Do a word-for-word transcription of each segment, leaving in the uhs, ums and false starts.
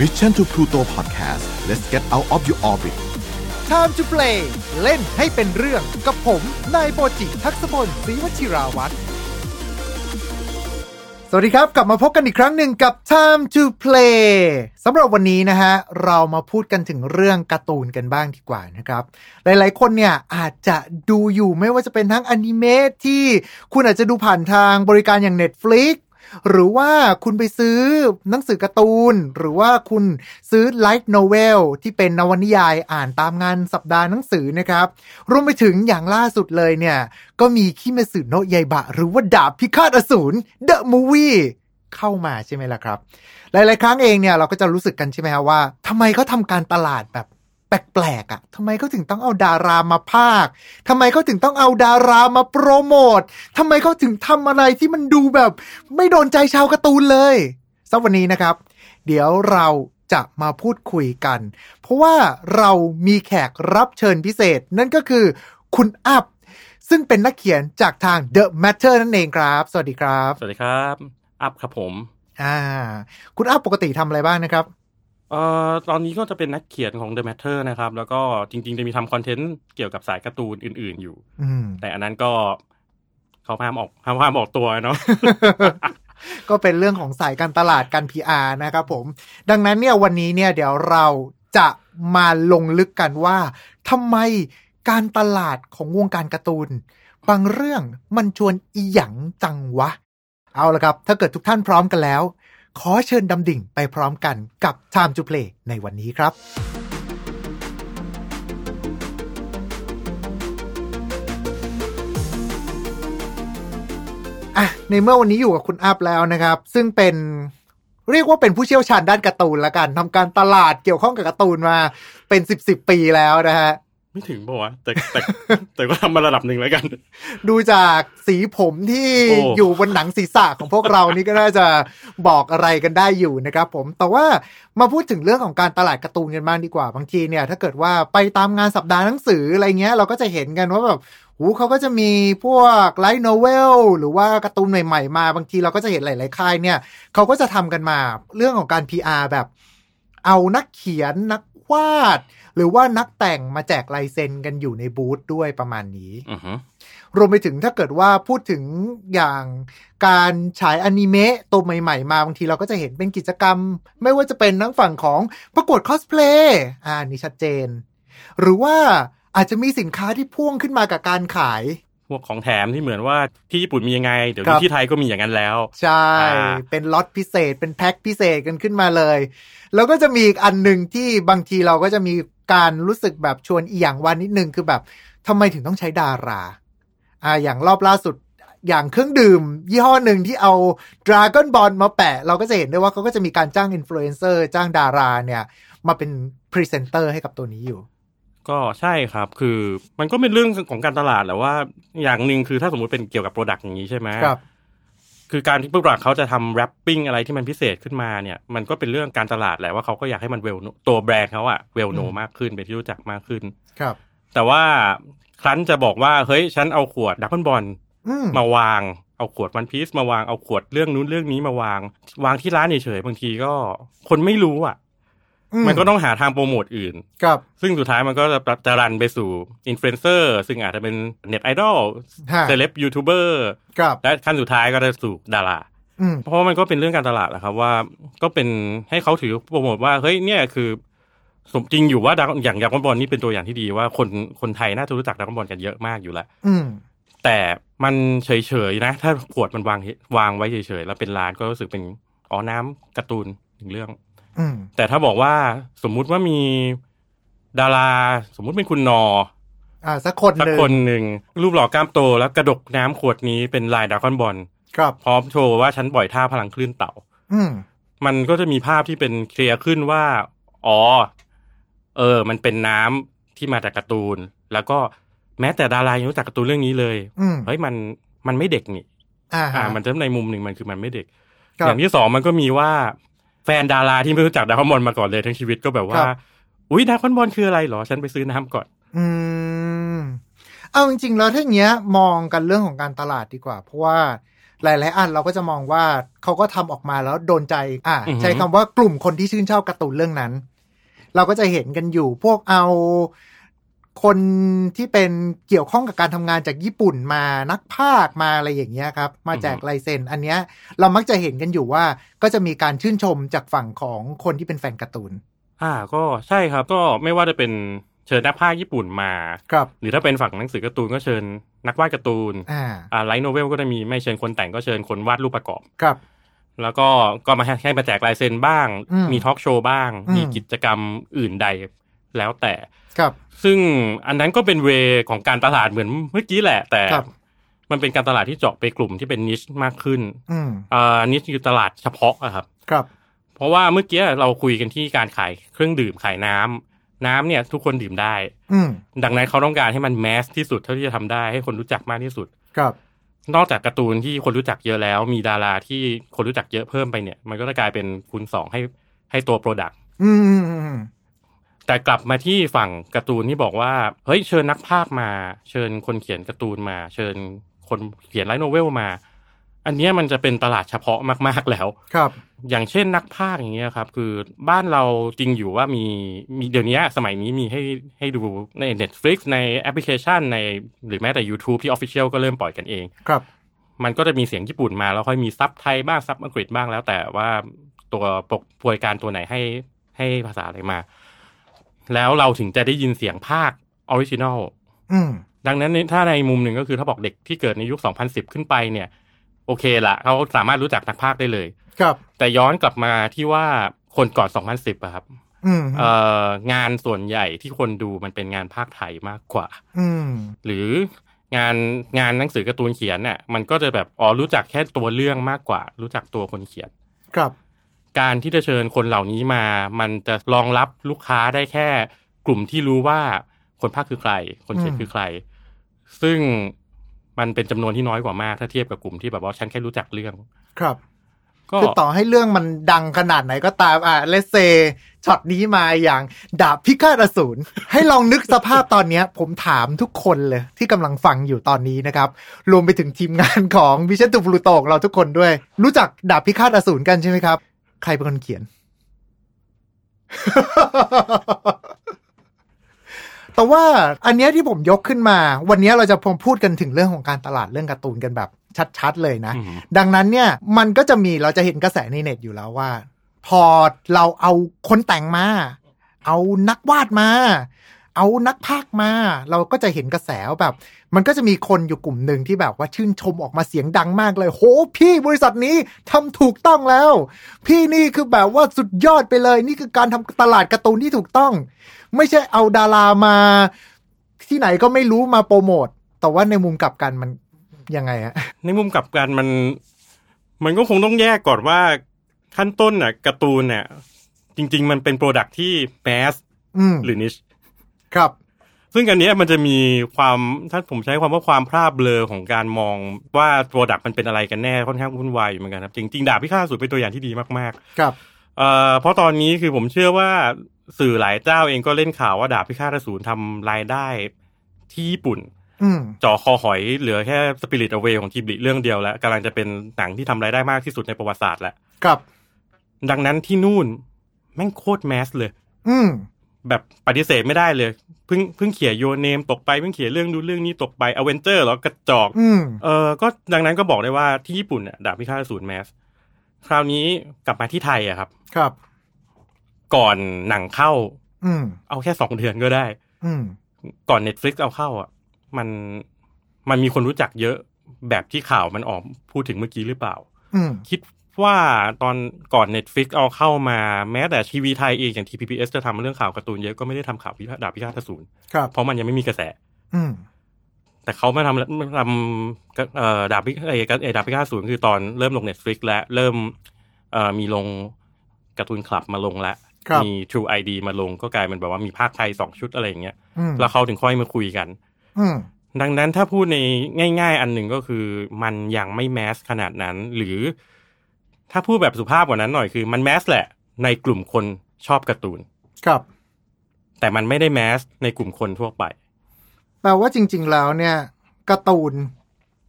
Mission to Pluto Podcast let's get out of your orbit Time to play เล่นให้เป็นเรื่องกับผมนายโปจิทักษพลศรีวชิราวัฒน์สวัสดีครับกลับมาพบกันอีกครั้งหนึ่งกับ Time to Play สำหรับวันนี้นะฮะเรามาพูดกันถึงเรื่องการ์ตูนกันบ้างดีกว่านะครับหลายๆคนเนี่ยอาจจะดูอยู่ไม่ว่าจะเป็นทั้งอนิเมะที่คุณอาจจะดูผ่านทางบริการอย่าง Netflixหรือว่าคุณไปซื้อหนังสือการ์ตูนหรือว่าคุณซื้อ Light Novel ที่เป็นนวนิยายอ่านตามงานสัปดาห์หนังสือนะครับรวมไปถึงอย่างล่าสุดเลยเนี่ยก็มีคิเมสึโนะยาอิบะหรือว่าดาบพิฆาตอสูร The Movie เข้ามาใช่ไหมล่ะครับหลายๆครั้งเองเนี่ยเราก็จะรู้สึกกันใช่ไหมครับว่าทำไมเขาทำการตลาดแบบแปลกๆอ่ะทำไมเขาถึงต้องเอาดารามาพากย์ทำไมเขาถึงต้องเอาดารามาโปรโมททำไมเขาถึงทำอะไรที่มันดูแบบไม่โดนใจชาวการ์ตูนเลยสักวันนี้นะครับเดี๋ยวเราจะมาพูดคุยกันเพราะว่าเรามีแขกรับเชิญพิเศษนั่นก็คือคุณอัพซึ่งเป็นนักเขียนจากทาง The Matter นั่นเองครับสวัสดีครับสวัสดีครับอัพครับผมอ่าคุณอัพปกติทำอะไรบ้างนะครับเอ่อตอนนี้ก็จะเป็นนักเขียนของ The Matter นะครับแล้วก็จริงๆจะมีทำคอนเทนต์เกี่ยวกับสายการ์ตูนอื่นๆอยู่แต่อันนั้นก็เขาห้ามออกห้ามห้ามออกตัวเนาะก็เป็นเรื่องของสายการตลาดการ พี อาร์ นะครับผมดังนั้นเนี่ยวันนี้เนี่ยเดี๋ยวเราจะมาลงลึกกันว่าทำไมการตลาดของวงการการ์ตูนบางเรื่องมันชวนอีหยังจังวะเอาละครับถ้าเกิดทุกท่านพร้อมกันแล้วขอเชิญดำดิ่งไปพร้อมกันกับ Time to Play ในวันนี้ครับอ่ะในเมื่อวันนี้อยู่กับคุณอัพแล้วนะครับซึ่งเป็นเรียกว่าเป็นผู้เชี่ยวชาญด้านการ์ตูนละกันทำการตลาดเกี่ยวข้องกับการ์ตูนมาเป็นสิบสิบปีแล้วนะฮะไม่ถึงป่าววะแต่แต่แต่ก็ทำมาระดับหนึ่งแล้วกันดูจากสีผมที่ อยู่บนหนังศีรษะของพวกเรานี่ก็น่าจะบอกอะไรกันได้อยู่นะครับผมแต่ว่ามาพูดถึงเรื่องของการตลาดการ์ตูนกันบ้างดีกว่าบางทีเนี่ยถ้าเกิดว่าไปตามงานสัปดาห์หนังสืออะไรเงี้ยเราก็จะเห็นกันว่าแบบหูเขาก็จะมีพวกไลท์โนเวลหรือว่าการ์ตูนใหม่ๆมาบางทีเราก็จะเห็นหลายๆค่ายเนี่ยเขาก็จะทำกันมาเรื่องของการ พี อาร์ แบบเอานักเขียนนักวาดหรือว่านักแต่งมาแจกลายเซ็นกันอยู่ในบูธด้วยประมาณนี้ uh-huh. รวมไปถึงถ้าเกิดว่าพูดถึงอย่างการฉายอนิเมะตัวใหม่ๆมาบางทีเราก็จะเห็นเป็นกิจกรรมไม่ว่าจะเป็นทั้งฝั่งของประกวดคอสเพลย์อ่านี่ชัดเจนหรือว่าอาจจะมีสินค้าที่พ่วงขึ้นมากับการขายพวกของแถมที่เหมือนว่าที่ญี่ปุ่นมียังไงเดี๋ยวที่ไทยก็มีอย่างนั้นแล้วใช่เป็นล็อตพิเศษเป็นแพ็คพิเศษกันขึ้นมาเลยแล้วก็จะมีอีกอันนึงที่บางทีเราก็จะมีการรู้สึกแบบชวนอีหยังวันนิดนึงคือแบบทำไมถึงต้องใช้ดาราอ่าอย่างรอบล่าสุดอย่างเครื่องดื่มยี่ห้อหนึ่งที่เอา Dragon Ball มาแปะเราก็จะเห็นได้ว่าเขาก็จะมีการจ้างอินฟลูเอนเซอร์จ้างดาราเนี่ยมาเป็นพรีเซนเตอร์ให้กับตัวนี้อยู่ก็ใช่ครับคือมันก็เป็นเรื่องของการตลาดแหละว่าอย่างนึงคือถ้าสมมุติเป็นเกี่ยวกับโปรดักต์อย่างนี้ใช่ไหมครับคือการที่โปรดักต์เขาจะทำแรปปิ้งอะไรที่มันพิเศษขึ้นมาเนี่ยมันก็เป็นเรื่องการตลาดแหละว่าเขาก็อยากให้มันเวลตัวแบรนด์เขาอะเวลโนมากขึ้นเป็นที่รู้จักมากขึ้นครับแต่ว่าครั้นจะบอกว่าเฮ้ยฉันเอาขวดดักคอนบอลมาวางเอาขวดวันพีซมาวางเอาขวดเรื่องนู้นเรื่องนี้มาวางวางที่ร้านเฉยๆบางทีก็คนไม่รู้อะมันก็ต้องหาทางโปรโมทอื่นครับซึ่งสุดท้ายมันก็จะจะรันไปสู่อินฟลูเอนเซอร์ซึ่งอาจจะเป็นเน็ตไอดอลเซเลบยูทูบเบอร์และขั้นสุดท้ายก็จะสู่ดาราเพราะมันก็เป็นเรื่องการตลาดแหละครับว่าก็เป็นให้เขาถือโปรโมทว่าเฮ้ยเนี่ยคือสมจริงอยู่ว่าอย่างดราก้อนบอลนี่เป็นตัวอย่างที่ดีว่าคนคนไทยน่าจะรู้จักดราก้อนบอลกันเยอะมากอยู่แล้วแต่มันเฉยๆนะถ้าขวดมันวางวางไว้เฉยๆแล้วเป็นร้านก็รู้สึกเป็นอ๋อน้ำการ์ตูนถึงเรื่องแต่ถ้าบอกว่าสมมุติว่ามีดาราสมมุติเป็นคุณนออ่าสักคนสักคนหนึ่งรูปหล่อกล้ามโตแล้วกระดกน้ำขวดนี้เป็นลายดราก้อนบอลครับพร้อมโชว์ว่าฉันปล่อยท่าพลังคลื่นเต่ามันก็จะมีภาพที่เป็นเคลียร์ขึ้นว่าอ๋อเออมันเป็นน้ำที่มาจากการ์ตูนแล้วก็แม้แต่ดารายังรู้จักการ์ตูนเรื่องนี้เลยเฮ้ยมันมันไม่เด็กนี่อ่ามันจะในมุมหนึ่งมันคือมันไม่เด็กอย่างที่สองมันก็มีว่าแฟนดาราที่ไม่รู้จักดราก้อนบอลมาก่อนเลยทั้งชีวิตก็แบบว่าอุ๊ยดราก้อนบอลคืออะไรหรอฉันไปซื้อน้ำก่อนอืมเอาจริงๆแล้วถ้าอย่างเงี้ยมองกันเรื่องของการตลาดดีกว่าเพราะว่าหลายๆอันเราก็จะมองว่าเขาก็ทำออกมาแล้วโดนใจอ่าใช้คำว่ากลุ่มคนที่ชื่นชอบการ์ตูนเรื่องนั้นเราก็จะเห็นกันอยู่พวกเอาคนที่เป็นเกี่ยวข้องกับการทำงานจากญี่ปุ่นมานักพากย์มาอะไรอย่างเงี้ยครับมาแจกลายเซ็นอันเนี้ยเรามักจะเห็นกันอยู่ว่าก็จะมีการชื่นชมจากฝั่งของคนที่เป็นแฟนการ์ตูนอ่าก็ใช่ครับก็ไม่ว่าจะเป็นเชิญนักพากย์ญี่ปุ่นมาครับหรือถ้าเป็นฝั่งหนังสือการ์ตูนก็เชิญนักวาดการ์ตูนอ่าอ่าไลท์โนเวลก็จะมีไม่เชิญคนแต่งก็เชิญคนวาดรูปประกอบครับแล้วก็ก็มาให้มาแจกลายเซ็นบ้างมีทอล์กโชว์บ้างมีกิจกรรมอื่นใดแล้วแต่ครับซึ่งอันนั้นก็เป็นเวของการตลาดเหมือนเมื่อกี้แหละแต่มันเป็นการตลาดที่เจาะไปกลุ่มที่เป็นนิชมากขึ้นอ่านิชคือตลาดเฉพาะอะครับครับเพราะว่าเมื่อกี้เราคุยกันที่การขายเครื่องดื่มขายน้ำน้ำเนี่ยทุกคนดื่มได้ดังนั้นเขาต้องการให้มันแมสที่สุดเท่าที่จะทำได้ให้คนรู้จักมากที่สุดครับนอกจากการ์ตูนที่คนรู้จักเยอะแล้วมีดาราที่คนรู้จักเยอะเพิ่มไปเนี่ยมันก็จะกลายเป็นคูณสองให้ให้ตัวโปรดักต์แต่กลับมาที่ฝั่งการ์ตูนที่บอกว่าเฮ้ยเชิญนักพากย์มาเชิญคนเขียนการ์ตูนมาเชิญคนเขียนไลท์โนเวลมาอันนี้มันจะเป็นตลาดเฉพาะมากๆแล้วครับอย่างเช่นนักพากย์อย่างเงี้ยครับคือบ้านเราจริงอยู่ว่ามีมีเดี๋ยวนี้สมัยนี้มีให้ให้ดูใน Netflix ในแอปพลิเคชันในหรือแม้แต่ YouTube ที่ Official ก็เริ่มปล่อยกันเองครับมันก็จะมีเสียงญี่ปุ่นมาแล้วค่อยมีซับไทยบ้างซับอังกฤษบ้างแล้วแต่ว่าตัวปกบริการตัวไหนให้ให้ภาษาอะไรมาแล้วเราถึงจะได้ยินเสียงภาคออริจินอลดังนั้นถ้าในมุมหนึ่งก็คือถ้าบอกเด็กที่เกิดในยุคสองพันสิบขึ้นไปเนี่ยโอเคละเขาสามารถรู้จักนักพากย์ได้เลยครับแต่ย้อนกลับมาที่ว่าคนก่อนสองพันสิบอะครับเอ่องานส่วนใหญ่ที่คนดูมันเป็นงานภาคไทยมากกว่าหรืองานงานหนังสือการ์ตูนเขียนเนี่ยมันก็จะแบบอ๋อรู้จักแค่ตัวเรื่องมากกว่ารู้จักตัวคนเขียนครับการที่จะเชิญคนเหล่านี้มามันจะรองรับลูกค้าได้แค่กลุ่มที่รู้ว่าคนพากย์คือใครคนเขียนคือใครซึ่งมันเป็นจำนวนที่น้อยกว่ามากถ้าเทียบกับกลุ่มที่แบบว่าฉันแค่รู้จักเรื่องครับคือต่อให้เรื่องมันดังขนาดไหนก็ตามอ่ะเลสเซช็อตนี้มาอย่างดาบพิฆาตอสูร ให้ลองนึกสภาพตอนนี้ผมถามทุกคนเลยที่กำลังฟังอยู่ตอนนี้นะครับรวมไปถึงทีมงานของ Vision to Pluto เราทุกคนด้วยรู้จักดาบพิฆาตอสูรกันใช่ไหมครับใครเป็นคนเขียน แต่ว่าอันนี้ที่ผมยกขึ้นมาวันนี้เราจะพพูดกันถึงเรื่องของการตลาดเรื่องการ์ตูนกันแบบชัดๆเลยนะดังนั้นเนี่ยมันก็จะมีเราจะเห็นกระแสในเน็ตอยู่แล้วว่าพอเราเอาคนแต่งมาเอานักวาดมาเอานักพากย์มาเราก็จะเห็นกระแสแบบมันก็จะมีคนอยู่กลุ่มหนึ่งที่แบบว่าชื่นชมออกมาเสียงดังมากเลยโหพี่บริษัทนี้ทำถูกต้องแล้วพี่นี่คือแบบว่าสุดยอดไปเลยนี่คือการทำตลาดการ์ตูนที่ถูกต้องไม่ใช่เอาดารามาที่ไหนก็ไม่รู้มาโปรโมทแต่ว่าในมุมกลับกันมันยังไงฮะในมุมกลับกันมันมันก็คงต้องแยกก่อนว่าขั้นต้นน่ะการ์ตูนเนี่ยจริงๆมันเป็นโปรดักต์ที่แมสหรือนิชครับซึ่งอันนี้มันจะมีความถ้าผมใช้ความว่าความพร่าเบลอของการมองว่าโปรดักต์มันเป็นอะไรกันแน่ค่อนข้างวุ่นวายอยู่เหมือนกันครับจริงๆดาบพิฆาตอสูรเป็นตัวอย่างที่ดีมากๆครับเอ่อเพราะตอนนี้คือผมเชื่อว่าสื่อหลายเจ้าเองก็เล่นข่าวว่าดาบพิฆาตอสูรทำรายได้ที่ญี่ปุ่นจ่อคอหอยเหลือแค่ Spirit Away ของทีบลิเรื่องเดียวแล้วกำลังจะเป็นหนังที่ทำรายได้มากที่สุดในประวัติศาสตร์แล้วครับดังนั้นที่นู่นแม่งโคตรแมสเลยอืมแบบปฏิเสธไม่ได้เลยเพิ่งเพิ่งเขียนโยเนมตกไปเพิ่งเขียนเรื่องดูเรื่องนี้ตกไปอเวนเจอร์หรอกระจอกเออก็ดังนั้นก็บอกได้ว่าที่ญี่ปุ่นเนี่ยดาบพิฆาตอสูรแมสคราวนี้กลับมาที่ไทยอะครับครับก่อนหนังเข้าอืมเอาแค่สองเดือนก็ได้อืมก่อน Netflix เอาเข้าอ่ะมันมันมีคนรู้จักเยอะแบบที่ข่าวมันออกพูดถึงเมื่อกี้หรือเปล่าคิดว่าตอนก่อน Netflix เอาเข้ามาแม้แต่ทีวีไทยเองอย่าง ที พี พี เอส จะทำเรื่องข่าวการ์ตูนเยอะก็ไม่ได้ทำข่าวดาบพิฆาตอสูรเพราะมันยังไม่มีกระแสแต่เขามาทำทำเอ่อดาบพิไอ้ดาบพิฆาตอสูรคือตอนเริ่มลง Netflix และเริ่มเอ่อมีลงการ์ตูนคลับมาลงแล้วมี True ไอ ดี มาลงก็กลายเป็นแบบว่ามีภาคไทยสองชุดอะไรอย่างเงี้ยแล้วเขาถึงค่อยมาคุยกันดังนั้นถ้าพูดในง่ายๆอันหนึ่งก็คือมันยังไม่แมสขนาดนั้นหรือถ้าพูดแบบสุภาพกว่านั้นหน่อยคือมันแมสแหละในกลุ่มคนชอบการ์ตูนครับแต่มันไม่ได้แมสในกลุ่มคนทั่วไปแปลว่าจริงๆแล้วเนี่ยการ์ตูน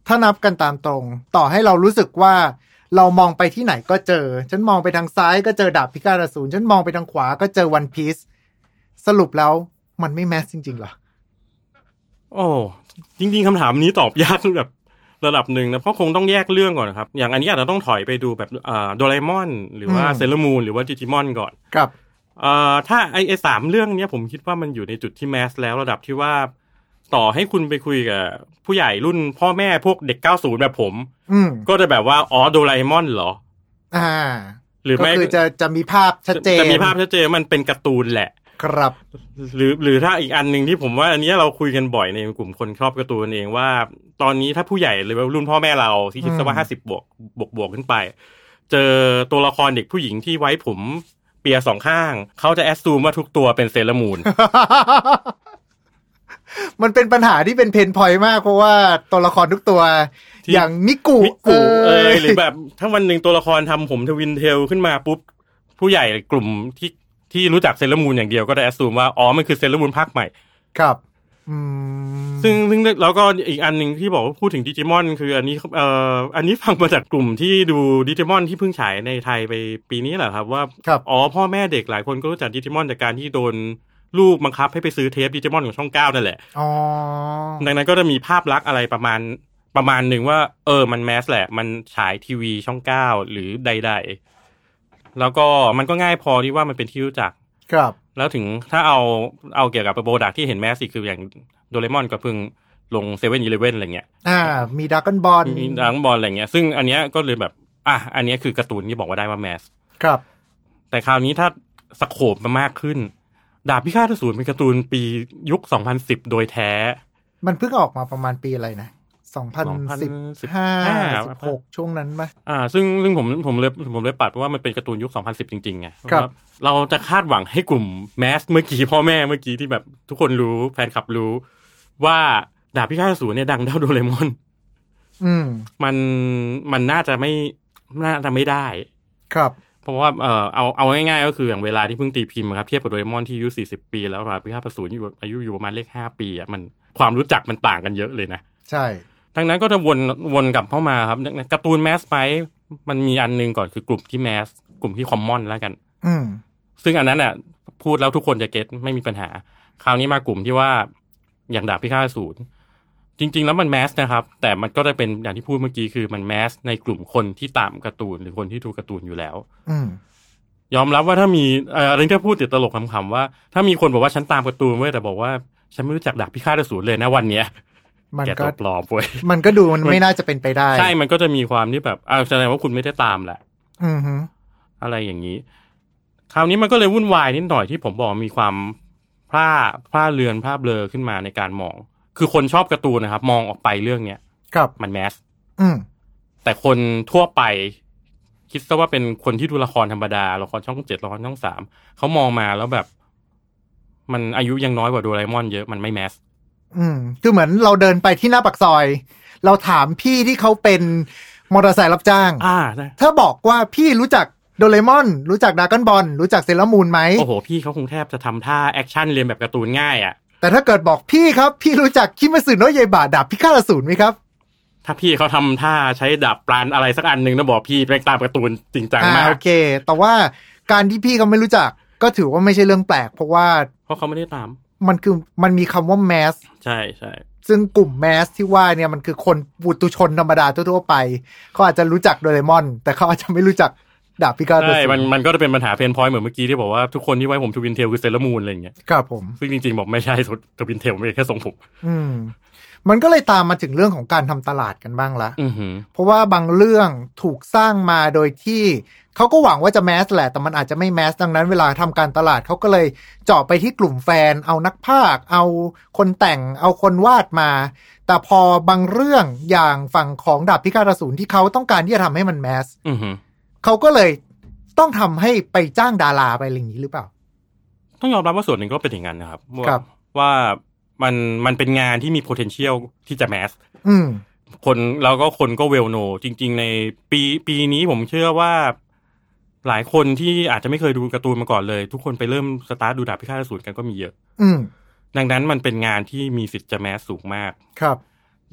ถ้านับกันตามตรงต่อให้เรารู้สึกว่าเรามองไปที่ไหนก็เจอฉันมองไปทางซ้ายก็เจอดาบพิฆาตอสูรฉันมองไปทางขวาก็เจอวันพีซสรุปแล้วมันไม่แมสจริงๆหรอโอ้จริงๆคำถามนี้ตอบยากแบบระดับหนึ่งนะเพราะคงต้องแยกเรื่องก่อนครับอย่างอันนี้อาจจะต้องถอยไปดูแบบอ่าโดราเอมอนหรือว่าเซเลอร์มูนหรือว่าดิจิมอนก่อนครับเอ่อถ้าไอ้ไอ้สามเรื่องเนี้ยผมคิดว่ามันอยู่ในจุดที่แมสแล้วระดับที่ว่าต่อให้คุณไปคุยกับผู้ใหญ่รุ่นพ่อแม่พวกเด็กเก้าสิบแบบผมก็จะแบบว่าอ๋อโดราเอมอนเหรออ่าหรือไม่ก็คือจะจะมีภาพชัดเจนจะมีภาพชัดเจนมันเป็นการ์ตูนแหละครับหรือหรือถ้าอีกอันนึงที่ผมว่าอันนี้เราคุยกันบ่อยในกลุ่มคนชอบการ์ตูนเองว่าตอนนี้ถ้าผู้ใหญ่หรือรุ่นพ่อแม่เราที่คิดว่าห้าสิบบวกบวกบวกขึ้นไปเจอตัวละครเด็กผู้หญิงที่ไว้ผมเปียสองข้างเขาจะแอสซูมว่าทุกตัวเป็นเซเลอร์มูนมันเป็นปัญหาที่เป็นเพนพอยต์มากเพราะว่าตัวละครทุกตัวอย่างมิกุมิกุเอ้ยหรือแบบถ้าวันหนึ่งตัวละครทำผมทวินเทลขึ้นมาปุ๊บผู้ใหญ่กลุ่มที่ที่รู้จักเซเลอร์มูนอย่างเดียวก็ได้แอสซูมว่าอ๋อมันคือเซเลอร์มูนภาคใหม่ครับอืมซึ่งซึ่งแล้วก็อีกอันนึงที่บอกว่าพูดถึงดิจิมอนคืออันนี้เอ่ออันนี้ฟังมาจากกลุ่มที่ดูดิจิมอนที่เพิ่งฉายในไทยไปปีนี้แหละครับว่าอ๋อพ่อแม่เด็กหลายคนก็รู้จักดิจิมอนจากการที่โดนลูกบังคับให้ไปซื้อเทปดิจิมอนของช่องเก้านั่นแหละอ๋อดังนั้นก็จะมีภาพลักษณ์อะไรประมาณประมาณนึงว่าเออมันแมสแหละมันฉายทีวีช่องเก้าหรือใดๆแล้วก็มันก็ง่ายพอที่ว่ามันเป็นที่รู้จักครับแล้วถึงถ้าเอาเอาเกี่ยวกับโปรดักที่เห็นแมสสิคืออย่างโดเรมอนก็เพิ่งลง เซเว่น อีเลฟเว่น อะไรเงี้ยอ่ามีดราก้อนบอลมีดราก้อนบอลอะไรเงี้ยซึ่งอันเนี้ยก็เลยแบบอ่ะอันเนี้ยคือการ์ตูนที่บอกว่าได้ว่าแมสครับแต่คราวนี้ถ้าสโคปมันมากขึ้นดาบพิฆาตอสูรเป็นการ์ตูนปียุคสองพันสิบโดยแท้มันเพิ่งออกมาประมาณปีอะไรนะสองพันสิบห้า สิบหกช่วงนั้นป่ะอ่าซึ่งซึ่งผมผมเลยผมเลยปัดเพราะว่ามันเป็นการ์ตูนยุคสองพันสิบจริงๆไงครับเราจะคาดหวังให้กลุ่มแมสเมื่อกี้พ่อแม่เมื่อกี้ที่แบบทุกคนรู้แฟนคลับรู้ว่าดาบพิฆาตอสูรเนี่ยดังเท่าโดเรมอนอืมมันมันน่าจะไม่น่าจะไม่ได้ครับเพราะว่าเออเอาเอาง่ายๆก็คืออย่างเวลาที่เพิ่งตีพิมพ์ครับเทียบกับโดเรมอนที่อายุสี่สิบปีแล้วดาบพิฆาตอสูรอยู่อายุอยู่ประมาณเลขห้าปีอ่ะมันความรู้จักมันต่างกันเยอะเลยนะใช่ดังนั้นก็จะวนวนกลับเข้ามาครับการ์ตูนแมสไหมมันมีอันนึงก่อนคือกลุ่มที่แมสกลุ่มที่คอมมอนแล้วกันอืมซึ่งอันนั้นน่ะพูดแล้วทุกคนจะเก็ตไม่มีปัญหาคราวนี้มากลุ่มที่ว่าอย่างดาบพิฆาตอสูรจริงๆแล้วมันแมสนะครับแต่มันก็จะเป็นอย่างที่พูดเมื่อกี้คือมันแมสในกลุ่มคนที่ตามการ์ตูนหรือคนที่ดูการ์ตูนอยู่แล้วอืมยอมรับว่าถ้ามีอะไรที่พูดติดตลกขำๆว่าถ้ามีคนบอกว่าฉันตามการ์ตูนเว้ยแต่บอกว่าฉันไม่รู้จักดาบพิฆาตอสูรเลยนะวันเนี้ยมันก็ปลอมเว้ยมันก็ดูมันไม่น่าจะเป็นไปได้ใช่มันก็จะมีความที่แบบอ้าวแสดงว่าคุณไม่ได้ตามแหละอือฮึอะไรอย่างนี้คราวนี้มันก็เลยวุ่นวายนิดหน่อยที่ผมบอกมีความพร่าพร่าเรือนภาพเบลอขึ้นมาในการมองคือคนชอบการ์ตูนนะครับมองออกไปเรื่องเนี้ยครับมันแมสอืมแต่คนทั่วไปคิดซะว่าเป็นคนที่ดูละครธรรมดาละครช่องเจ็ดละครช่องสามเขามองมาแล้วแบบมันอายุยังน้อยกว่าโดราเอมอนเยอะมันไม่แมสอืมคือเหมือนเราเดินไปที่หน้าปากซอยเราถามพี่ที่เขาเป็นมอเตอร์ไซค์รับจ้างอ่าถ้าบอกว่าพี่รู้จักโดเรมอนรู้จักดราก้อนบอลรู้จักเซเลอร์มูนไหมโอ้โหพี่เขาคงแทบจะทำท่าแอคชั่นเรียนแบบการ์ตูนง่ายอ่ะแต่ถ้าเกิดบอกพี่ครับพี่รู้จักคิมัสึโนะเยบะดาบพิฆาตอสูรไหมครับถ้าพี่เขาทำท่าใช้ดาบปราณอะไรสักอันนึงนะบอกพี่ไปตามการ์ตูนจริงจังมากโอเคแต่ว่าการที่พี่เขาไม่รู้จักก็ถือว่าไม่ใช่เรื่องแปลกเพราะว่าเพราะเขาไม่ได้ตามมันคือมันมีคำว่าแมสใช่ใช่ซึ่งกลุ่มแมสที่ว่าเนี่ยมันคือคนปุถุชนธรรมดาทั่วๆไปเขาอาจจะรู้จักโดเรมอนแต่เขาอาจจะไม่รู้จักดาบพิฆาตอสูรใช่มันมันก็จะเป็นปัญหาเพนพอยต์เหมือนเมื่อกี้ที่บอกว่าทุกคนที่ไว้ผมทวินเทลคือเซเลอร์มูนอะไรอย่างเงี้ยครับผมซึ่งจริงๆบอกไม่ใช่ทวินเทลไม่แค่ทรงผมอืมมันก็เลยตามมาถึงเรื่องของการทำตลาดกันบ้างละอือหือเพราะว่าบางเรื่องถูกสร้างมาโดยที่เขาก็หวังว่าจะแมสแหละแต่มันอาจจะไม่แมสดังนั้นเวลาทำการตลาดเขาก็เลยเจาะไปที่กลุ่มแฟนเอานักพากย์เอาคนแต่งเอาคนวาดมาแต่พอบางเรื่องอย่างฝั่งของดาบพิฆาตอสูรที่เขาต้องการที่จะทำให้มันแมสเขาก็เลยต้องทำให้ไปจ้างดาราไปอะไรอย่างนี้หรือเปล่าต้องยอมรับว่าส่วนหนึ่งก็เป็นอย่างนั้นนะครับว่ามันมันเป็นงานที่มี potential ที่จะแมสคนแล้วก็คนก็เวลโนจริงๆในปีปีนี้ผมเชื่อว่าหลายคนที่อาจจะไม่เคยดูการ์ตูนมาก่อนเลยทุกคนไปเริ่มสตาร์ทดูดาบพิฆาตอสูรกันก็มีเยอะดังนั้นมันเป็นงานที่มีสิทธิ์จะแมสสูงมากครับ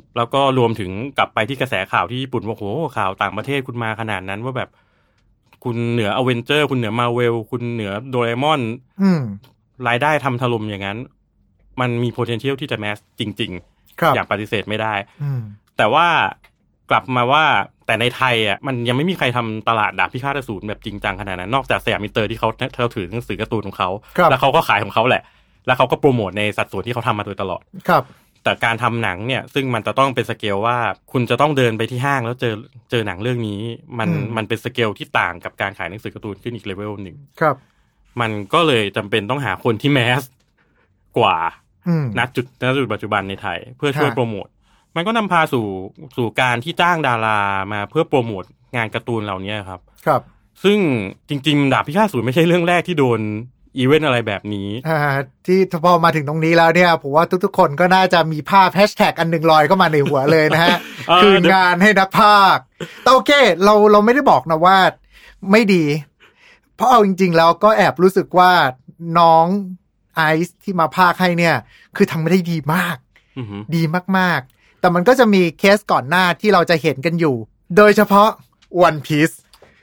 แล้วก็รวมถึงกลับไปที่กระแสข่าวที่ญี่ปุ่นว่าโหข่าวต่างประเทศคุณมาขนาดนั้นว่าแบบคุณเหนืออเวนเจอร์คุณเหนือมาเวลคุณเหนือโดเรมอนรายได้ทำถล่มอย่างนั้นมันมี potential ที่จะแมสจริงๆอย่างปฏิเสธไม่ได้แต่ว่ากลับมาว่าแต่ในไทยอ่ะมันยังไม่มีใครทำตลาดดาบพิฆาตอสูรแบบจริงจังขนาดนั้นนอกจากสยามอินเตอร์ที่เขาเขาถือหนังสือการ์ตูนของเขาแล้วเขาก็ขายของเขาแหละแล้วเขาก็โปรโมทในสัดส่วนที่เขาทำมาโดยตลอดครับแต่การทำหนังเนี่ยซึ่งมันจะต้องเป็นสเกลว่าคุณจะต้องเดินไปที่ห้างแล้วเจอเจอหนังเรื่องนี้มันมันเป็นสเกลที่ต่างกับการขายหนังสือการ์ตูนขึ้นอีกเลเวลหนึ่งครับมันก็เลยจำเป็นต้องหาคนที่แมสกว่าณจุดณจุดปัจจุบันในไทยเพื่อช่วยโปรโมทมันก็นำพาสู่สู่การที่จ้างดารามาเพื่อโปรโมทงานการ์ตูนเหล่านี้ครับครับซึ่งจริงๆดาบพิฆาตอสูรไม่ใช่เรื่องแรกที่โดนอีเวนต์อะไรแบบนี้อ่าที่พอมาถึงตรงนี้แล้วเนี่ยผมว่าทุกๆคนก็น่าจะมีภาพแฮชแท็กอันหนึ่งลอยเข้ามาในหัวเลยนะฮะ คืองานให้นักพากย์แต่โอเคเราเราไม่ได้บอกนะว่าไม่ดีเพราะเอาจริงๆแล้วก็แอบรู้สึกว่าน้องไอซ์ที่มาพากย์ให้เนี่ยคือทำไม่ได้ดีมาก uh-huh. ดีมากๆแต่มันก็จะมีเคสก่อนหน้าที่เราจะเห็นกันอยู่โดยเฉพาะ One Piece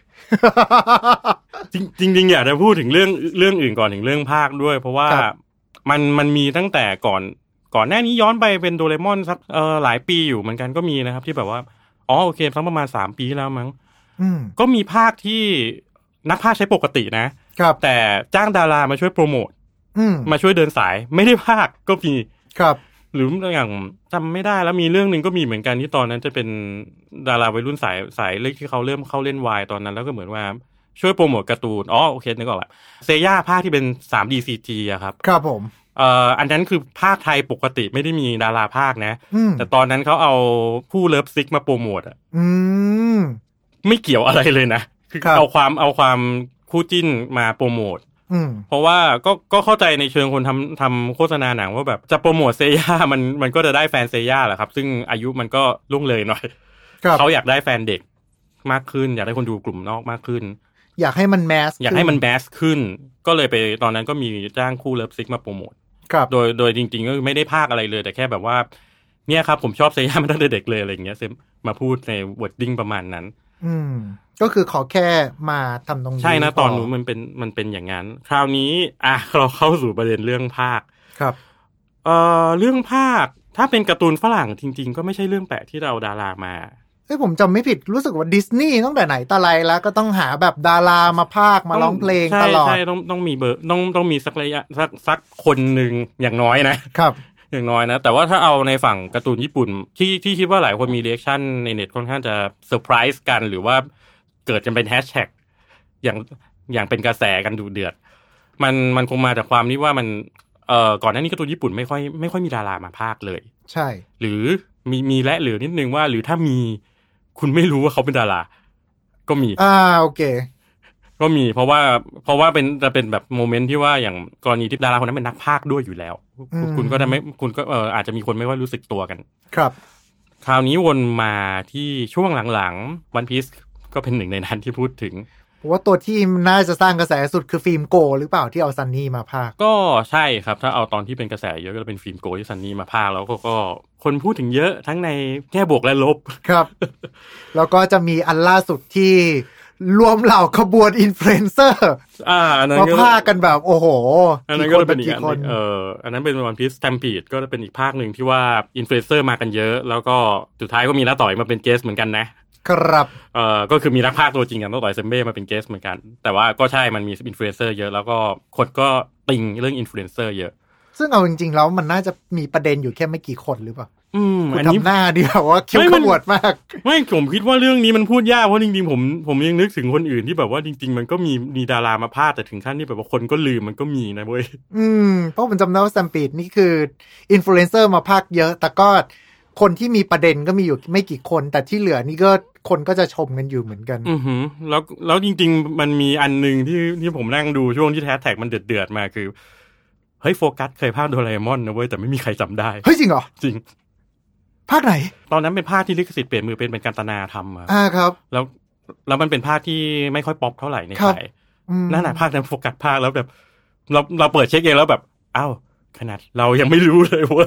จริงๆอยากจะพูดถึงเรื่องเรื่องอื่นก่อนถึงเรื่องภาคด้วยเพราะว่ามันมันมีตั้งแต่ก่อนก่อนหน้านี้ย้อนไปเป็นโดเรมอนสักเอ่อหลายปีอยู่เหมือนกันก็มีนะครับที่แบบว่าอ๋อโอเคสักประมาณสามปีแล้วมั้งก็มีภาคที่นักภาคใช้ปกตินะครับแต่จ้างดารามาช่วยโปรโมทมาช่วยเดินสายไม่ได้ภาคก็มีครับหรืออย่างจำไม่ได้แล้วมีเรื่องนึงก็มีเหมือนกันที่ตอนนั้นจะเป็นดาราวัยรุ่นสายสายเล็กที่เขาเริ่มเข้าเล่นวายตอนนั้นแล้วก็เหมือนว่าช่วยโปรโมทการ์ตูนอ๋อโอเคนึกออกละเซย่าภาคที่เป็น ทรี ดี ซี จี อะครับครับผมเอ่ออันนั้นคือภาคไทยปกติไม่ได้มีดาราภาคนะแต่ตอนนั้นเขาเอาผู้เลิฟซิกมาโปรโมทอ่ะอืมไม่เกี่ยวอะไรเลยนะคือเอาความเอาความคู่จิ้นมาโปรโมทเพราะว่าก็ก็เข้าใจในเชิงคนทำทำโฆษณาหนังว่าแบบจะโปรโมทเซย่ามันมันก็จะได้แฟนเซย่าแหละครับซึ่งอายุมันก็ล่วงเลยหน่อยเขาอยากได้แฟนเด็กมากขึ้นอยากได้คนดูกลุ่มนอกมากขึ้นอยากให้มันแมสอยากให้มันแมสขึ้นก็เลยไปตอนนั้นก็มีจ้างคู่เลิฟซิกมาโปรโมทโดยโดยจริงๆก็ไม่ได้พากอะไรเลยแต่แค่แบบว่าเนี่ยครับผมชอบเซย่ามาตั้งแต่เด็กเลยอะไรอย่างเงี้ยมาพูดในวอร์ดดิ้งประมาณนั้นอืมก็คือขอแค่มาทำตรงนี้ใช่นะตอนนู้นมันเป็นมันเป็นอย่างนั้นคราวนี้อ่ะเราเข้าสู่ประเด็นเรื่องภาคครับเอ่อเรื่องภาคถ้าเป็นการ์ตูนฝรั่งจริงๆก็ไม่ใช่เรื่องแปลกที่เราดารามาเอ้ยผมจำไม่ผิดรู้สึกว่าดิสนีย์ตั้งแต่ไหนแต่ไรแล้วก็ต้องหาแบบดารามาพากมาร้องเพลงตลอดใช่ๆต้องต้องมีเบอร์ต้องต้องมีสักระยะสักสักคนนึงอย่างน้อยนะครับอย่างน้อยนะแต่ว่าถ้าเอาในฝั่งการ์ตูนญี่ปุ่นที่ที่คิดว่าหลายคนมีรีแอคชั่นในเน็ตค่อนข้างจะเซอร์ไพรส์กันหรือว่าเกิดจะเป็นแฮชแท็กอย่างอย่างเป็นกระแสกันดูเดือดมันมันคงมาจากความที่ว่ามันเอ่อก่อนหน้านี้การ์ตูนญี่ปุ่นไม่ค่อยไม่ค่อยมีดารามาพากย์เลยใช่หรือมีมีและเหลือนิดนึงว่าหรือถ้ามีคุณไม่รู้ว่าเขาเป็นดาราก็มีอ่าโอเคก็มีเพราะว่าเพราะว่าเป็นจะเป็นแบบโมเมนต์ที่ว่าอย่างกรณีที่ดาราคนนั้นเป็นนักพากย์ด้วยอยู่แล้วคุณก็จะไม่คุณก็เอออาจจะมีคนไม่ค่อยรู้สึกตัวกันครับคราวนี้วนมาที่ช่วงหลังๆ One Piece ก็เป็นหนึ่งในนั้นที่พูดถึงเพราะว่าตัวที่น่าจะสร้างกระแสสุดคือฟิล์มโกหรือเปล่าที่เอาซันนี่มาพากย์ก็ใช่ครับถ้าเอาตอนที่เป็นกระแสเยอะก็เป็นฟิล์มโกที่ซันนี่มาพากย์แล้วก็ก็คนพูดถึงเยอะทั้งในแง่บวกและลบครับ แล้วก็จะมีอันล่าสุดที่รวมเหล่าขบวนอินฟลูเอนเซอร์อ่าอันนั้นมาพากย์กันแบบโอ้โหอันนั้นก็เป็นอีกอันเอออันนั้นเป็น One Piece Stampede ก็จะเป็นอีกภาคนึงที่ว่าอินฟลูเอนเซอร์มากันเยอะแล้วก็สุดท้ายก็มีน้าต่อยมาเป็นเกสเหมือนกันนะครับเอ่อก็คือมีนักพากย์ตัวจริงกันน้าต่อยเซมเบ้มาเป็นเกสเหมือนกันแต่ว่าก็ใช่มันมีอินฟลูเอนเซอร์เยอะแล้วก็คนก็ติงเรื่องอินฟลูเอนเซอร์เยอะซึ่งเอาจริงๆแล้วมันน่าจะมีประเด็นอยู่แค่ไม่กี่คนหรือเปล่าอืมอันนี้ทำหน้าดีแบบว่าเขี้ยวขมวดมากไม่ผมคิดว่าเรื่องนี้มันพูดยากเพราะจริงๆผมผมยังนึกถึงคนอื่นที่แบบว่าจริงๆมันก็มีมีดารามาพากย์แต่ถึงขั้นที่แบบว่าคนก็ลืมมันก็มีนะเว้ยอืมเพราะผมจำได้ว่าซัมปีดนี่คืออินฟลูเอนเซอร์มาพากย์เยอะแต่ก็คนที่มีประเด็นก็มีอยู่ไม่กี่คนแต่ที่เหลือนี่ก็คนก็จะชมกันอยู่เหมือนกันอือหือแล้วแล้วจริงๆมันมีอันนึงที่ที่ผมนั่งดูช่วงที่แฮชแท็กมันเดือดๆมาคือเฮ้ยโฟกัสเคยพากย์โดราเอมอนนะเว้ยแต่ไม่มีใครจำได้เฮ้ยจริงเหรอจริงภาคไหนตอนนั้นเป็นภาคที่ลิขสิทธิ์เปลี่ยนมือเป็นเป็นการตนาทำอ่ะอ่าครับแล้วแล้วมันเป็นภาคที่ไม่ค่อยป๊อปเท่าไหร่ในไทยนั่นแหละภาคนั้นโฟกัสภาคแล้วแบบเราเราเปิดเช็คเองแล้วแบบอ้าวขนาดเรายังไม่รู้เลยเว้ย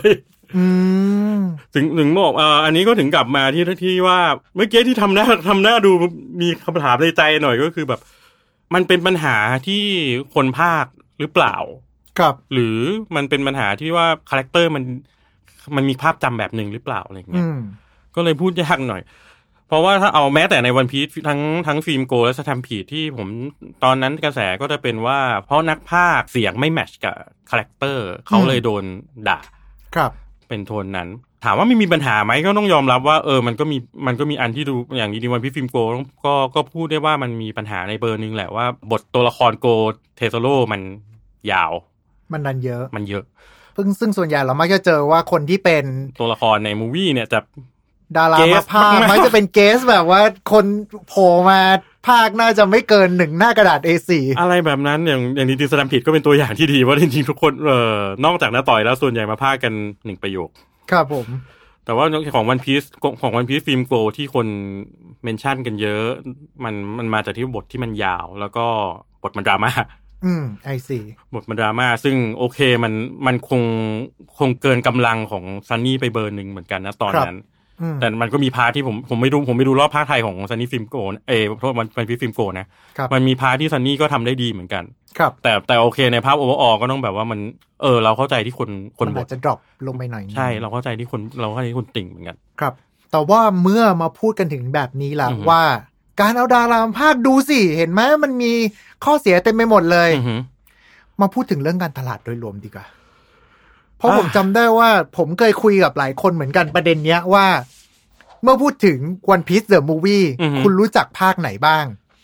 ถึงถึงบอกอ่าอันนี้ก็ถึงกลับมาที่ที่ว่าเมื่อกี้ที่ทำหน้าทำหน้าดูมีคำถามในใจหน่อยก็คือแบบมันเป็นปัญหาที่คนภาคหรือเปล่าครับหรือมันเป็นปัญหาที่ว่าคาแรคเตอร์มันมันมีภาพจำแบบหนึ่งหรือเปล่าอะไรเงี้ยก็เลยพูดยากหน่อยเพราะว่าถ้าเอาแม้แต่ในวันพีซทั้งทั้งฟิล์มโกและสแตมพีดที่ผมตอนนั้นกระแสก็จะเป็นว่าเพราะนักพากย์เสียงไม่แมทช์กับคาแรคเตอร์เขาเลยโดนด่าครับเป็นโทนนั้นถามว่าไม่มีปัญหาไหมก็ต้องยอมรับว่าเออมันก็มีมันก็มีอันที่ดูอย่างดีวันพีซฟิล์มโกก็ก็พูดได้ว่ามันมีปัญหาในเบอร์นึงแหละว่าบทตัวละครโกเทโซโร่มันยาวมันดันเยอะมันเยอะซึ่งซึ่งส่วนใหญ่เรามักจะเจอว่าคนที่เป็นตัวละครในมูวี่เนี่ยจะดารามาพากย์มักจะเป็นเกสแบบว่าคนโผล่มาพากย์น่าจะไม่เกินหนึ่งหน้ากระดาษ เอ โฟร์อะไรแบบนั้นอย่างอย่างนี้ดิสแตมผิดก็เป็นตัวอย่างที่ดีว่าจริงๆทุกคนเอ่อนอกจากน้าต่อยแล้วส่วนใหญ่มาพากย์กันหนึ่งประโยคครับผมแต่ว่าของวันพีซของวันพีซฟิล์มโกที่คนเมนชั่นกันเยอะมันมันมาจากที่บทที่มันยาวแล้วก็บทมันดราม่าอืมไอซีบทมันดราม่าซึ่งโอเคมันมันคงคงเกินกำลังของซันนี่ไปเบอร์หนึ่งเหมือนกันนะตอนนั้นแต่มันก็มีพาร์ทที่ผมผมไม่ดูผมไม่ดูรอบภาคไทยของซันนี่ฟิล์มโกเอเพราะมันเป็นฟิล์มโกนะมันมีพาร์ทที่ซันนี่ก็ทำได้ดีเหมือนกันแต่แต่โอเคในภาพโอเวอร์ออลก็ต้องแบบว่ามันเออเราเข้าใจที่คนคนบทจะดรอปลงไปหน่อยใช่เราเข้าใจที่คนเราเข้าใจที่คนติ่งเหมือนกันครับแต่ว่าเมื่อมาพูดกันถึงแบบนี้แล้วว่าการเอาดารามาพากย์ดูสิเห็นไหมมันมีข้อเสียเต็มไปหมดเลยมาพูดถึงเรื่องการตลาดโดยรวมดีกว่าเพราะผมจำได้ว่าผมเคยคุยกับหลายคนเหมือนกันประเด็นเนี้ยว่าเมื่อพูดถึง One Piece The Movie คุณรู้จักภาคไหนบ้าง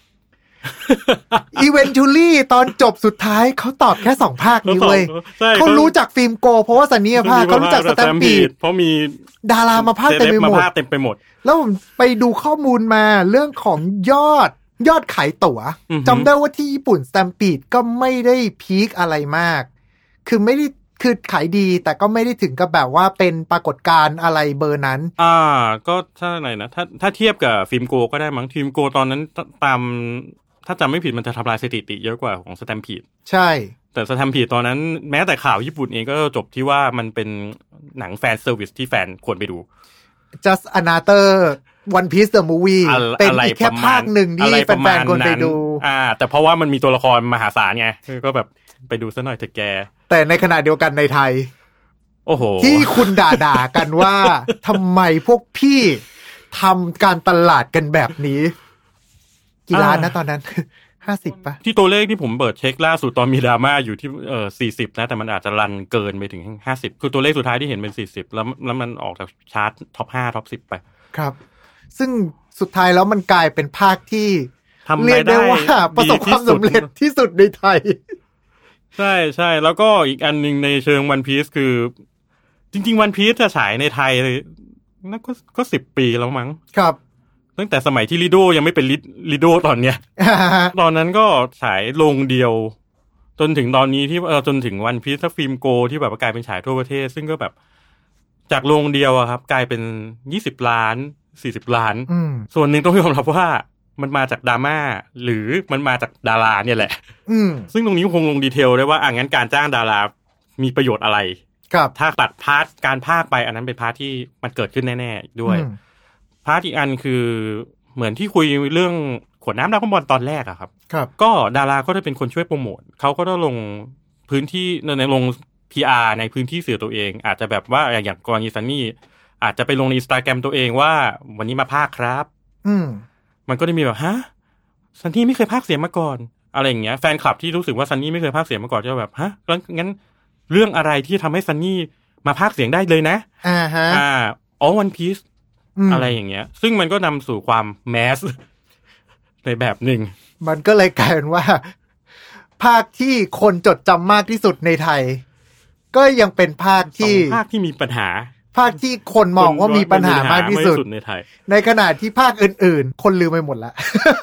Eventually ตอนจบสุดท้ายเขาตอบแค่สองภาคนี้เว้ยเขารู้จักฟิล์มโกเพราะว่าซันนี่ภาคเขารู้จักสแตมปีดเพราะมีดารามาภาคเต็มไปหมดเต็มไปหมดแล้วผมไปดูข้อมูลมาเรื่องของยอดยอดขายตั๋วจำได้ว่าที่ญี่ปุ่นสแตมปีดก็ไม่ได้พีคอะไรมากคือไม่ได้คือขายดีแต่ก็ไม่ได้ถึงกับแบบว่าเป็นปรากฏการณ์อะไรเบอร์นั้นอ่าก็ถ้าไหนนะถ้าถ้าเทียบกับฟิล์มโกก็ได้มั้งฟิล์มโกตอนนั้นตามถ้าจำไม่ผิดมันจะทำลายสถิติเยอะกว่าของสแตมพีดใช่แต่สแตมพีดตอนนั้นแม้แต่ข่าวญี่ปุ่นเองก็จบที่ว่ามันเป็นหนังแฟนเซอร์วิสที่แฟนควรไปดู just another One Piece the movie เป็นอีกแค่ภาคหนึ่งที่แฟนๆควรไปดูอ่าแต่เพราะว่ามันมีตัวละครมหาศาลไงก็แบบไปดูซะหน่อยเถอะแกแต่ในขณะเดียวกันในไทยโอ้โหที่คุณด่าๆกันว่าทำไมพวกพี่ทำการตลาดกันแบบนี้กี่ล้านนะตอนนั้นห้าสิบป่ะที่ตัวเลขที่ผมเปิดเช็คล่าสุดตอนมีดราม่าอยู่ที่เอ่อสี่สิบนะแต่มันอาจจะรันเกินไปถึงห้าสิบคือตัวเลขสุดท้ายที่เห็นเป็นสี่สิบแล้วแล้วมันออกจากชาร์ตท็อปห้าท็อปสิบไปครับซึ่งสุดท้ายแล้วมันกลายเป็นภาคที่เรียกได้ว่าประสบความสำเร็จที่สุดในไทยใช่ใช่แล้วก็อีกอันนึงในเชิง One Piece คือจริงๆ One Piece จะฉายในไทยนั่นก็ก็สิบปีแล้วมั้งครับตั้งแต่สมัยที่ลิโดยังไม่เป็นลิโดตอนเนี้ย ตอนนั้นก็ฉายโรงเดียวจนถึงตอนนี้ที่เออจนถึง One Piece ถ้าฟิล์มโกที่แบบกลายเป็นฉายทั่วประเทศซึ่งก็แบบจากโรงเดียวอะครับกลายเป็นยี่สิบล้านสี่สิบล้านส่วนหนึ่งต้องยอมรับว่ามันมาจากดราม่าหรือมันมาจากดาราเนี่ยแหละซึ่งตรงนี้คงลงดีเทลได้ว่าอ่ะงั้นการจ้างดารามีประโยชน์อะไรครับถ้าตัดพาร์ทการพากย์ไปอันนั้นเป็นพาร์ทที่มันเกิดขึ้นแน่ๆด้วยพาร์ทอีกอันคือเหมือนที่คุยเรื่องขวดน้ำดราก้อนบอลตอนแรกอะครับก็ดาราก็จะเป็นคนช่วยโปรโมทเขาก็ต้องลงพื้นที่ในลง พี อาร์ ในพื้นที่สื่อตัวเองอาจจะแบบว่าอย่างกรณีซันนี่อาจจะไปลงใน Instagram ตัวเองว่าวันนี้มาพากย์ครับอืมมันก็ได้มีแบบฮะซันนี่ไม่เคยพากย์เสียงมาก่อนอะไรอย่างเงี้ยแฟนคลับที่รู้สึกว่าซันนี่ไม่เคยพากย์เสียงมาก่อนจะแบบฮะแล้วงั้นเรื่องอะไรที่ทำให้ซันนี่มาพากย์เสียงได้เลยนะอ่าฮะอ่าอ๋อ One Piece อะไรอย่างเงี้ยซึ่งมันก็นำสู่ความแมสในแบบหนึ่งมันก็เลยกลายเป็นว่าภาคที่คนจดจำมากที่สุดในไทยก็ยังเป็นภาคที่ภาคที่มีปัญหาภาคที่คนมองว่ามีปัญหามากที่สุดในไทยในขณะที่ภาคอื่นๆคนลืมไปหมดละ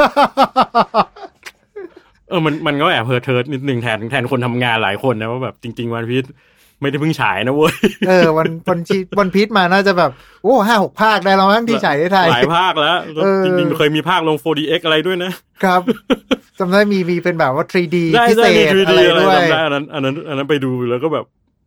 เออมันมันก็แอบเพิร์ทเทิร์ดนิดนึงแทนแทนคนทำงานหลายคนนะว่าแบบจริงๆวันพีชไม่ได้เพิ่งฉายนะเว้ยเออวันวันชีวันพีชมาน่าจะแบบโอ้ห้าหกภาคได้แล้วมั้งที่ฉายในไทยหลายภาคแล้วจริงๆเคยมีภาคลง โฟร์ดีเอ็กซ์ อะไรด้วยนะครับจำได้มีมีเป็นแบบว่า ทรี ดี พิเศษอะไรด้วยอันนั้นอันนั้นอันนั้นไปดูแล้วก็แบบ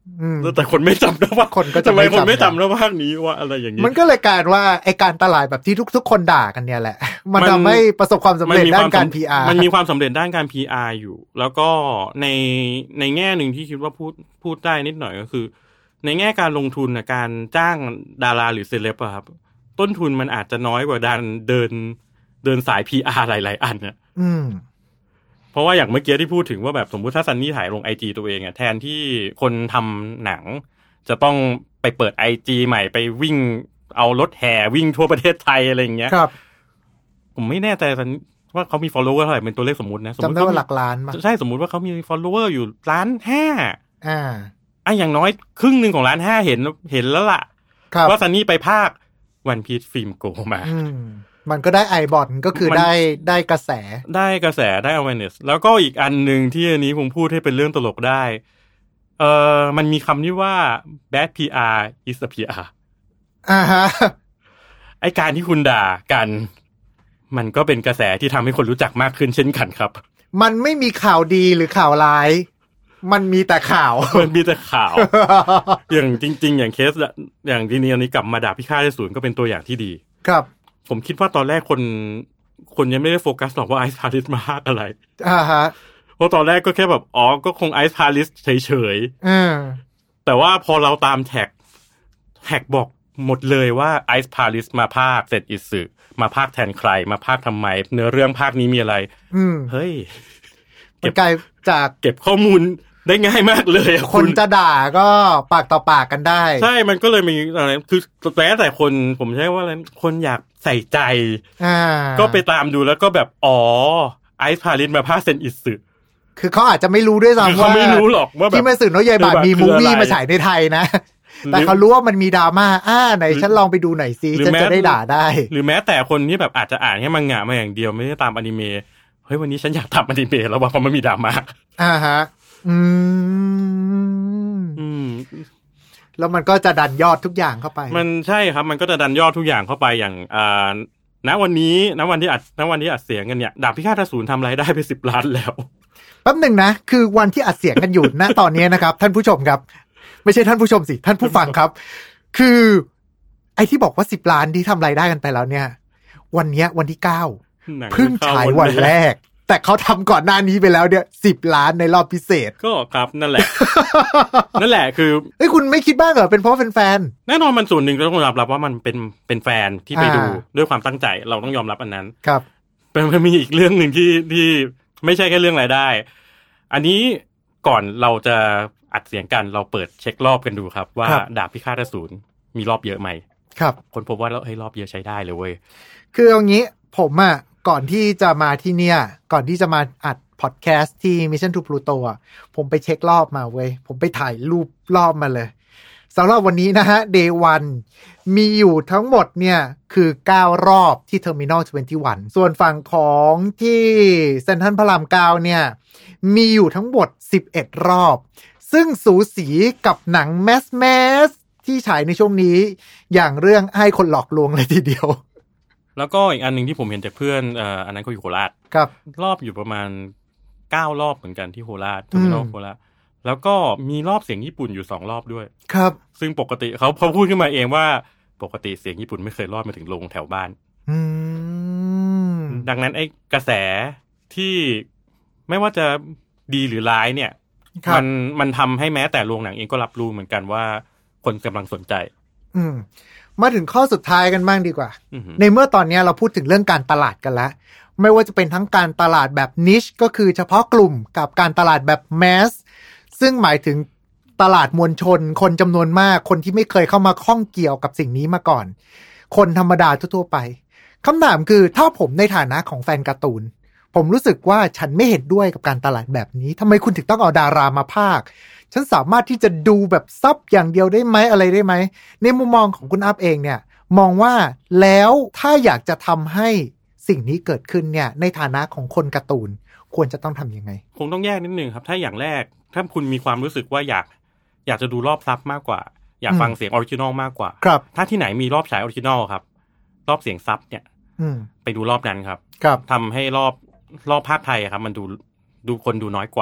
แต่คนไม่จำนะว่าคนก็ทำไมคนไม่จำนะภาคนี้ว่าอะไรอย่างนี้มันก็เลยกลายว่าไอการตลาดแบบที่ทุกๆคนด่ากันเนี่ยแหละมันทำให้ประสบความสำเร็จด้านการ พี อาร์มันมีความสำเร็จด้านการ พี อาร์ อยู่แล้วก็ในในแง่นึงที่คิดว่าพูดพูดได้นิดหน่อยก็คือในแง่การลงทุนนะการจ้างดาราหรือเซเลบอะครับต้นทุนมันอาจจะน้อยกว่าการเดินเดินสาย พี อาร์ หลายๆอันน่ะอืมเพราะว่าอย่างเมื่อกี้ที่พูดถึงว่าแบบสมมุติถ้าซันนี่ถ่ายลง ไอ จี ตัวเองอ่ะแทนที่คนทำหนังจะต้องไปเปิด ไอ จี ใหม่ไปวิ่งเอารถแห่วิ่งทั่วประเทศไทยอะไรอย่างเงี้ยครับผมไม่แน่ใจว่าเขามี follower เท่าไหร่เป็นตัวเลขสมมุตินะจำได้ว่าหลักล้านมั้ยใช่สมมุติว่าเขามี follower อยู่ล้านห้าอ่าอ่ะอย่างน้อยครึ่งนึงของล้านห้าเห็นเห็นแล้วล่ะว่าซันนี่ไปภาค One Piece Film Go มาอืมมันก็ได้ไอบอทก็คือได้ได้กระแสได้กระแสได้ awareness แล้วก็อีกอันนึงที่อันนี้ผมพูดให้เป็นเรื่องตลกได้เอ่อมันมีคำที่ว่า bad พี อาร์ is a พี อาร์อ่าฮะไอการที่คุณด่ากันมันก็เป็นกระแสที่ทำให้คนรู้จักมากขึ้นเช่นกันครับมันไม่มีข่าวดีหรือข่าวร้ายมันมีแต่ข่าวมันมีแต่ข่าว อย่างจริงๆอย่างเคสอย่างที่นี้อันนี้กลับมาด่าพิฆาตอสูรก็เป็นตัวอย่างที่ดีครับผมคิดว่าตอนแรกคนคนยังไม่ได้โฟกัสหรอกว่าไอซ์พาริสมาภาคอะไรอ่าฮะเพราะตอนแรกก็แค่แบบอ๋อก็คงไอซ์พาริสเฉยๆอืมแต่ว่าพอเราตามแท็กแท็กบอกหมดเลยว่าไอซ์พาริสมาภาคเซตอิสึมาภาคแทนใครมาภาคทำไมเนื้อเรื่องภาคนี้มีอะไรเฮ้ยเก็บกลายจากเก็บข้อมูลได้ง่ายมากเลยคนจะด่าก็ปากต่อปากกันได้ใช่มันก็เลยมีอะไรคือแม้แต่คนผมใช้ว่าอะไรคนอยากใส่ใจก็ไปตามดูแล้วก็แบบอ๋อไอซ์พาริสมาภาคเซนอิสึคือเขาอาจจะไม่รู้ด้วยซ้ำว่าไม่รู้หรอกว่าที่แม่สื่อโนยายบามีมูวี่มาฉายในไทยนะแต่เขารู้ว่ามันมีดราม่าอ่าไหนฉันลองไปดูหน่อยซิฉันจะได้ด่าได้หรือแม้แต่คนที่แบบอาจจะอ่านแค่มังงะมาอย่างเดียวไม่ได้ตามอนิเมะเฮ้ยวันนี้ฉันอยากทำอนิเมะแล้วว่าเพราะมันมีดราม่าอ่าฮะอืมอืมแล้วมันก็จะดันยอดทุกอย่างเข้าไปมันใช่ครับมันก็จะดันยอดทุกอย่างเข้าไปอย่างอ่าณวันนี้ณวันที่อัดณวันที่อัดเสียงกันเนี่ยดาบพิฆาตอสูรทำรายได้ไปสิบล้านแล้วแป๊บนึงนะคือวันที่อัดเสียงกันอยู่ ณตอนนี้นะครับท่านผู้ชมครับไม่ใช่ท่านผู้ชมสิท่านผู้ฟังครับคือไอ้ที่บอกว่าสิบล้านที่ทำรายได้กันไปแล้วเนี่ยวันนี้วันที่เก้าเพิ่งฉายวันแรกแต่เขาทำก่อนหน้านี้ไปแล้วเนี่ยสิบล้านในรอบพิเศษก็ครับนั่นแหละ นั่นแหละคือเอ้ยคุณไม่คิดบ้างเหรอเป็นเพราะเป็นแฟนแน่นอนมันส่วนหนึ่งเราต้องยอมรับว่ามันเป็นเป็นแฟนที่ไปดูด้วยความตั้งใจเราต้องยอมรับอันนั้นครับมันมีอีกเรื่องหนึ่งที่ที่ไม่ใช่แค่เรื่องรายได้อันนี้ก่อนเราจะอัดเสียงกันเราเปิดเช็ครอบกันดูครับว่าดาบพิฆาตอสูรมีรอบเยอะไหมครับคนพบว่าเฮ้ยรอบเยอะใช้ได้เลยเว้ยคือเอางี้ผมอ่ะก่อนที่จะมาที่เนี่ยก่อนที่จะมาอัดพอดแคสต์ที่ Mission to Pluto อ่ะผมไปเช็ครอบมาเว้ยผมไปถ่ายรูปรอบมาเลยสำหรับวันนี้นะฮะ Day วันมีอยู่ทั้งหมดเนี่ยคือเก้ารอบที่ Terminal ยี่สิบเอ็ดส่วนฝั่งของที่เซ็นทรัลพระรามเก้าเนี่ยมีอยู่ทั้งหมดสิบเอ็ดรอบซึ่งสูสีกับหนังแมสแมสที่ฉายในช่วงนี้อย่างเรื่องให้คนหลอกลวงเลยทีเดียวแล้วก็อีกอันนึงที่ผมเห็นจากเพื่อนเอ่ออันนั้นก็อยู่โคราชครับรอบอยู่ประมาณเก้ารอบเหมือนกันที่โคราชที่โคราชแล้วก็มีรอบเสียงญี่ปุ่นอยู่สองรอบด้วยครับซึ่งปกติเขาพอพูดขึ้นมาเองว่าปกติเสียงญี่ปุ่นไม่เคยรอดมาถึงโรงแถวบ้านอืมดังนั้นไอ้กระแสที่ไม่ว่าจะดีหรือร้ายเนี่ยมันมันทำให้แม้แต่โรงหนังเองก็รับรู้เหมือนกันว่าคนกำลังสนใจอืมมาถึงข้อสุดท้ายกันบ้างดีกว่าในเมื่อตอนนี้เราพูดถึงเรื่องการตลาดกันแล้วไม่ว่าจะเป็นทั้งการตลาดแบบนิชก็คือเฉพาะกลุ่มกับการตลาดแบบแมสซึ่งหมายถึงตลาดมวลชนคนจำนวนมากคนที่ไม่เคยเข้ามาข้องเกี่ยวกับสิ่งนี้มาก่อนคนธรรมดาทั่วๆไปคำถามคือถ้าผมในฐานะของแฟนการ์ตูนผมรู้สึกว่าฉันไม่เห็นด้วยกับการตลาดแบบนี้ทำไมคุณถึงต้องเอาดารามาพากย์ฉันสามารถที่จะดูแบบซับอย่างเดียวได้ไหมอะไรได้ไหมในมุมมองของคุณอัพเองเนี่ยมองว่าแล้วถ้าอยากจะทำให้สิ่งนี้เกิดขึ้นเนี่ยในฐานะของคนการ์ตูนควรจะต้องทำยังไงคงต้องแยกนิดนึงครับถ้าอย่างแรกถ้าคุณมีความรู้สึกว่าอยากอยากจะดูรอบซับมากกว่าอยากฟังเสียงออริจินอลมากกว่าครับถ้าที่ไหนมีรอบฉายออริจินอลครับรอบเสียงซับเนี่ยไปดูรอบนั้นครับครับทำให้รอบรอบภาคไทยครับมันดูดูคนดูน้อยกว่า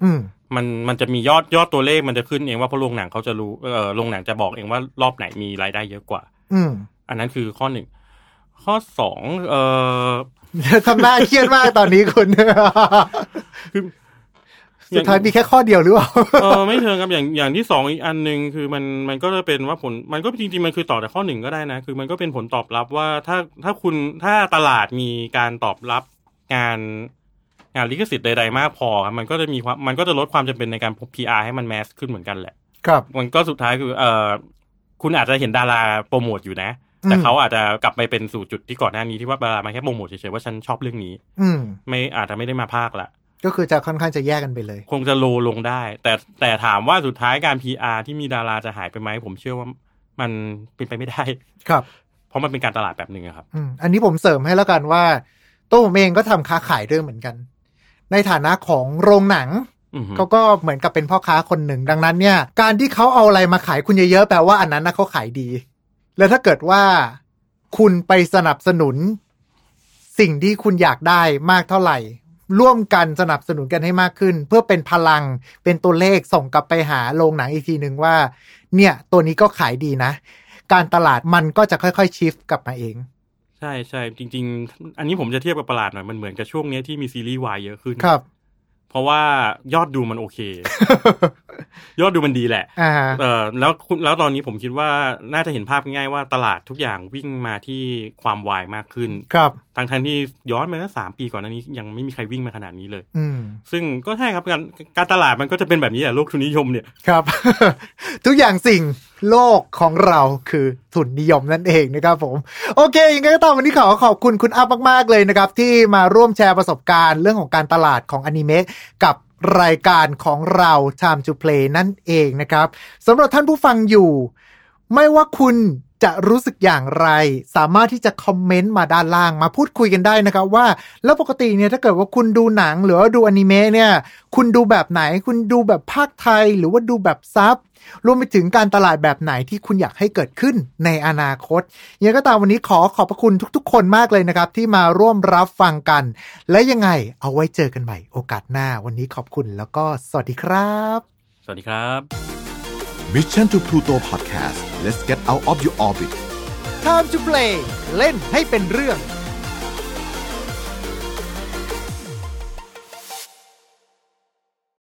มันมันจะมียอดยอดตัวเลขมันจะขึ้นเองว่าเพราะโรงหนังเขาจะรู้เออโรงหนังจะบอกเองว่ารอบไหนมีรายได้เยอะกว่าอันนั้นคือข้อหนึ่งข้อสองเอ่อทำหน้าเครียดมากตอนนี้คุณคือสุดท้ายมีแค่ข้อเดียวหรือเปล่าเออไม่เชิงครับอย่างอย่างที่สองอีกอันนึงคือมันมันก็จะเป็นว่าผลมันก็จริงๆมันคือต่อจากข้อหนึ่งก็ได้นะคือมันก็เป็นผลตอบรับว่าถ้าถ้าคุณถ้าตลาดมีการตอบรับงานงานลิขสิทธิ์ใดๆมากพอมันก็จะมีความมันก็จะลดความจำเป็นในการ พี อาร์ ให้มันแมสขึ้นเหมือนกันแหละครับมันก็สุดท้ายคือเออคุณอาจจะเห็นดาราโปรโมทอยู่นะแต่เขาอาจจะกลับไปเป็นสู่จุดที่ก่อนหน้านี้ที่ว่าดารามาแค่โปรโมทเฉยๆว่าฉันชอบเรื่องนี้ไม่อาจจะไม่ได้มาภาคละก็คือจะค่อนข้างจะแยกกันไปเลยคงจะโลลงได้แต่แต่ถามว่าสุดท้ายการ พี อาร์ ที่มีดาราจะหายไปไหมผมเชื่อว่ามันเป็นไปไม่ได้ครับเพราะมันเป็นการตลาดแบบนึงครับอืมอันนี้ผมเสริมให้แล้วกันว่าตัวผมเองก็ทำค้าขายด้วยเหมือนกันในฐานะของโรงหนังเขาก็เหมือนกับเป็นพ่อค้าคนหนึ่งดังนั้นเนี่ยการที่เขาเอาอะไรมาขายคุณเยอะๆแปลว่าอันนั้นนะเขาขายดีแล้วถ้าเกิดว่าคุณไปสนับสนุนสิ่งที่คุณอยากได้มากเท่าไหร่ร่วมกันสนับสนุนกันให้มากขึ้นเพื่อเป็นพลังเป็นตัวเลขส่งกลับไปหาโรงหนังอีกทีนึงว่าเนี่ยตัวนี้ก็ขายดีนะการตลาดมันก็จะค่อยๆชิฟต์กลับมาเองใช่ใช่จริงๆอันนี้ผมจะเทียบกับตลาดหน่อยมันเหมือนกับช่วงนี้ที่มีซีรีส์วายเยอะขึ้นครับเพราะว่ายอดดูมันโอเค ยอดดูมันดีแหละเออแล้วแล้วตอนนี้ผมคิดว่าน่าจะเห็นภาพง่ายๆว่าตลาดทุกอย่างวิ่งมาที่ความวายมากขึ้นครับทั้งทันที่ย้อนมาตั้งสามปีก่อนหน้านี้ยังไม่มีใครวิ่งมาขนาดนี้เลยซึ่งก็ใช่ครับการการตลาดมันก็จะเป็นแบบนี้แหละโลกทุนนิยมเนี่ยครับ ทุกอย่างสิ่งโลกของเราคือทุนนิยมนั่นเองนะครับผมโอเคยังไงก็ตามวันนี้ขอขอบคุณคุณอัพมากๆเลยนะครับที่มาร่วมแชร์ประสบการณ์เรื่องของการตลาดของอนิเมะกับรายการของเรา Time to Play นั่นเองนะครับสำหรับท่านผู้ฟังอยู่ไม่ว่าคุณจะรู้สึกอย่างไรสามารถที่จะคอมเมนต์มาด้านล่างมาพูดคุยกันได้นะครับว่าแล้วปกติเนี่ยถ้าเกิดว่าคุณดูหนังหรือว่าดูอนิเมะเนี่ยคุณดูแบบไหนคุณดูแบบภาคไทยหรือว่าดูแบบซับรวมไปถึงการตลาดแบบไหนที่คุณอยากให้เกิดขึ้นในอนาคตยังไงก็ตามวันนี้ขอขอบพระคุณทุกๆคนมากเลยนะครับที่มาร่วมรับฟังกันและยังไงเอาไว้เจอกันใหม่โอกาสหน้าวันนี้ขอบคุณแล้วก็สวัสดีครับสวัสดีครับ Mission to Pluto Podcast Let's get out of your orbit Time to Play เล่นให้เป็นเรื่อง